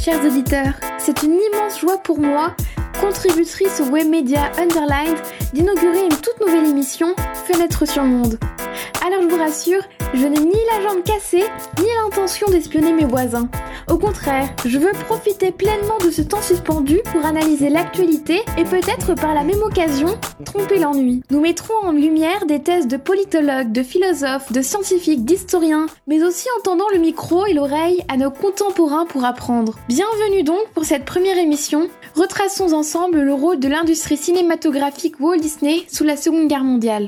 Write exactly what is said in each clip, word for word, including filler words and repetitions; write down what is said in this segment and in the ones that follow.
chers auditeurs. C'est une immense joie pour moi, contributrice au web média Underlined, d'inaugurer une toute nouvelle émission, Fenêtre sur Monde. Alors je vous rassure, je n'ai ni la jambe cassée, ni l'intention d'espionner mes voisins. Au contraire, je veux profiter pleinement de ce temps suspendu pour analyser l'actualité et peut-être par la même occasion, tromper l'ennui. Nous mettrons en lumière des thèses de politologues, de philosophes, de scientifiques, d'historiens, mais aussi en tendant le micro et l'oreille à nos contemporains pour apprendre. Bienvenue donc pour cette première émission. Retraçons ensemble le rôle de l'industrie cinématographique Walt Disney sous la Seconde Guerre mondiale.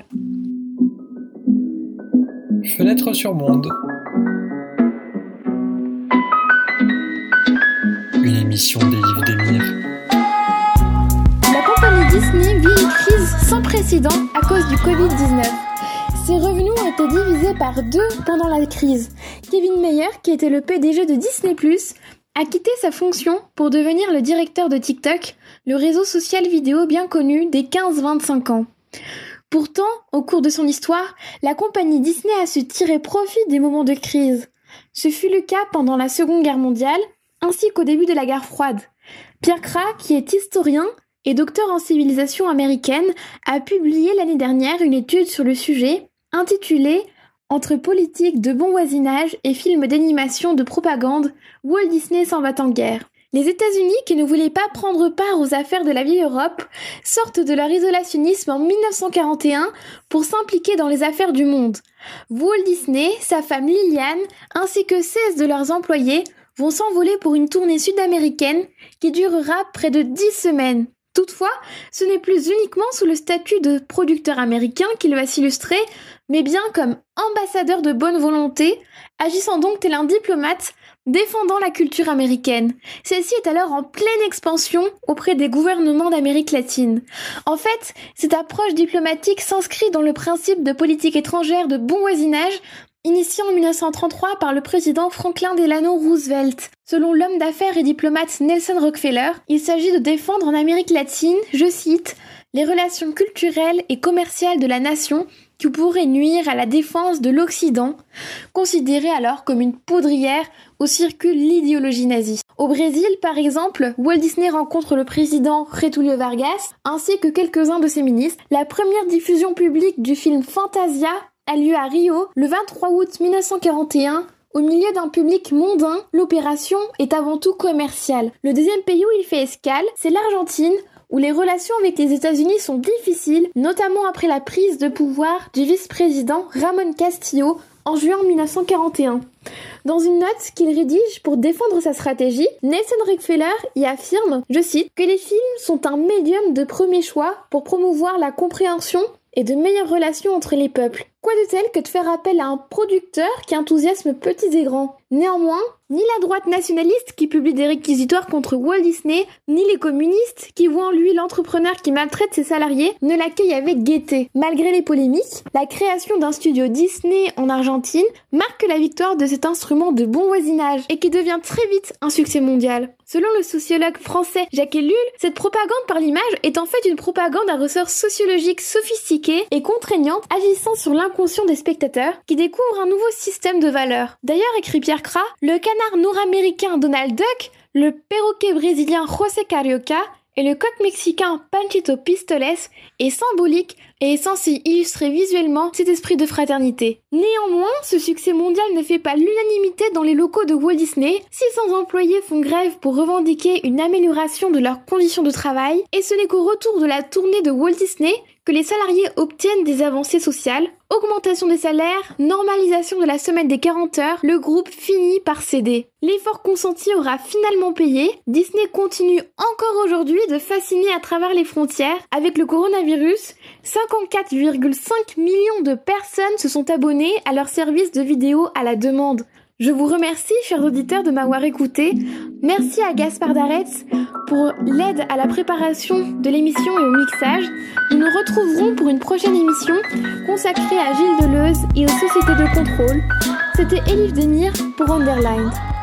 Fenêtre sur Monde. Une émission d'Élif Demir. La compagnie Disney vit une crise sans précédent à cause du covid dix-neuf. Ses revenus ont été divisés par deux pendant la crise. Kevin Mayer, qui était le P D G de Disney plus, a quitté sa fonction pour devenir le directeur de TikTok, le réseau social vidéo bien connu des quinze à vingt-cinq ans. Pourtant, au cours de son histoire, la compagnie Disney a su tirer profit des moments de crise. Ce fut le cas pendant la Seconde Guerre mondiale, ainsi qu'au début de la guerre froide. Pierre Kra, qui est historien et docteur en civilisation américaine, a publié l'année dernière une étude sur le sujet, intitulée « Entre politique de bon voisinage et films d'animation de propagande, Walt Disney s'en va en guerre ». Les États-Unis, qui ne voulaient pas prendre part aux affaires de la vieille Europe, sortent de leur isolationnisme en dix-neuf cent quarante et un pour s'impliquer dans les affaires du monde. Walt Disney, sa femme Lillian, ainsi que seize de leurs employés vont s'envoler pour une tournée sud-américaine qui durera près de dix semaines. Toutefois, ce n'est plus uniquement sous le statut de producteur américain qu'il va s'illustrer, mais bien comme ambassadeur de bonne volonté, agissant donc tel un diplomate, défendant la culture américaine. Celle-ci est alors en pleine expansion auprès des gouvernements d'Amérique latine. En fait, cette approche diplomatique s'inscrit dans le principe de politique étrangère de bon voisinage, initié en dix-neuf cent trente-trois par le président Franklin Delano Roosevelt. Selon l'homme d'affaires et diplomate Nelson Rockefeller, il s'agit de défendre en Amérique latine, je cite, « les relations culturelles et commerciales de la nation qui pourraient nuire à la défense de l'Occident, considéré alors comme une poudrière où circule l'idéologie nazie. » Au Brésil, par exemple, Walt Disney rencontre le président Getúlio Vargas ainsi que quelques-uns de ses ministres. La première diffusion publique du film Fantasia a lieu à Rio le vingt-trois août dix-neuf cent quarante et un. Au milieu d'un public mondain, l'opération est avant tout commerciale. Le deuxième pays où il fait escale, c'est l'Argentine, où les relations avec les États-Unis sont difficiles, notamment après la prise de pouvoir du vice-président Ramon Castillo en juin dix-neuf cent quarante et un. Dans une note qu'il rédige pour défendre sa stratégie, Nelson Rockefeller y affirme, je cite, que les films sont un médium de premier choix pour promouvoir la compréhension et de meilleures relations entre les peuples. Quoi de tel que de faire appel à un producteur qui enthousiasme petits et grands. Néanmoins, ni la droite nationaliste qui publie des réquisitoires contre Walt Disney, ni les communistes qui voient en lui l'entrepreneur qui maltraite ses salariés ne l'accueillent avec gaieté. Malgré les polémiques, la création d'un studio Disney en Argentine marque la victoire de cet instrument de bon voisinage et qui devient très vite un succès mondial. Selon le sociologue français Jacques Ellul, cette propagande par l'image est en fait une propagande à ressort sociologique sophistiquée et contraignante agissant sur l'inconscient des spectateurs qui découvrent un nouveau système de valeurs. D'ailleurs, écrit Pierre Kra, le canard nord-américain Donald Duck, le perroquet brésilien José Carioca et le coq mexicain Panchito Pistoles est symbolique et est censé illustrer visuellement cet esprit de fraternité. Néanmoins, ce succès mondial ne fait pas l'unanimité dans les locaux de Walt Disney. six cents employés font grève pour revendiquer une amélioration de leurs conditions de travail et ce n'est qu'au retour de la tournée de Walt Disney que les salariés obtiennent des avancées sociales, augmentation des salaires, normalisation de la semaine des quarante heures, le groupe finit par céder. L'effort consenti aura finalement payé. Disney continue encore aujourd'hui de fasciner à travers les frontières. Avec le coronavirus, cinquante-quatre virgule cinq millions de personnes se sont abonnées à leur service de vidéo à la demande. Je vous remercie, chers auditeurs, de m'avoir écouté. Merci à Gaspard Daretz pour l'aide à la préparation de l'émission et au mixage. Nous nous retrouverons pour une prochaine émission consacrée à Gilles Deleuze et aux sociétés de contrôle. C'était Élif Demir pour Underlined.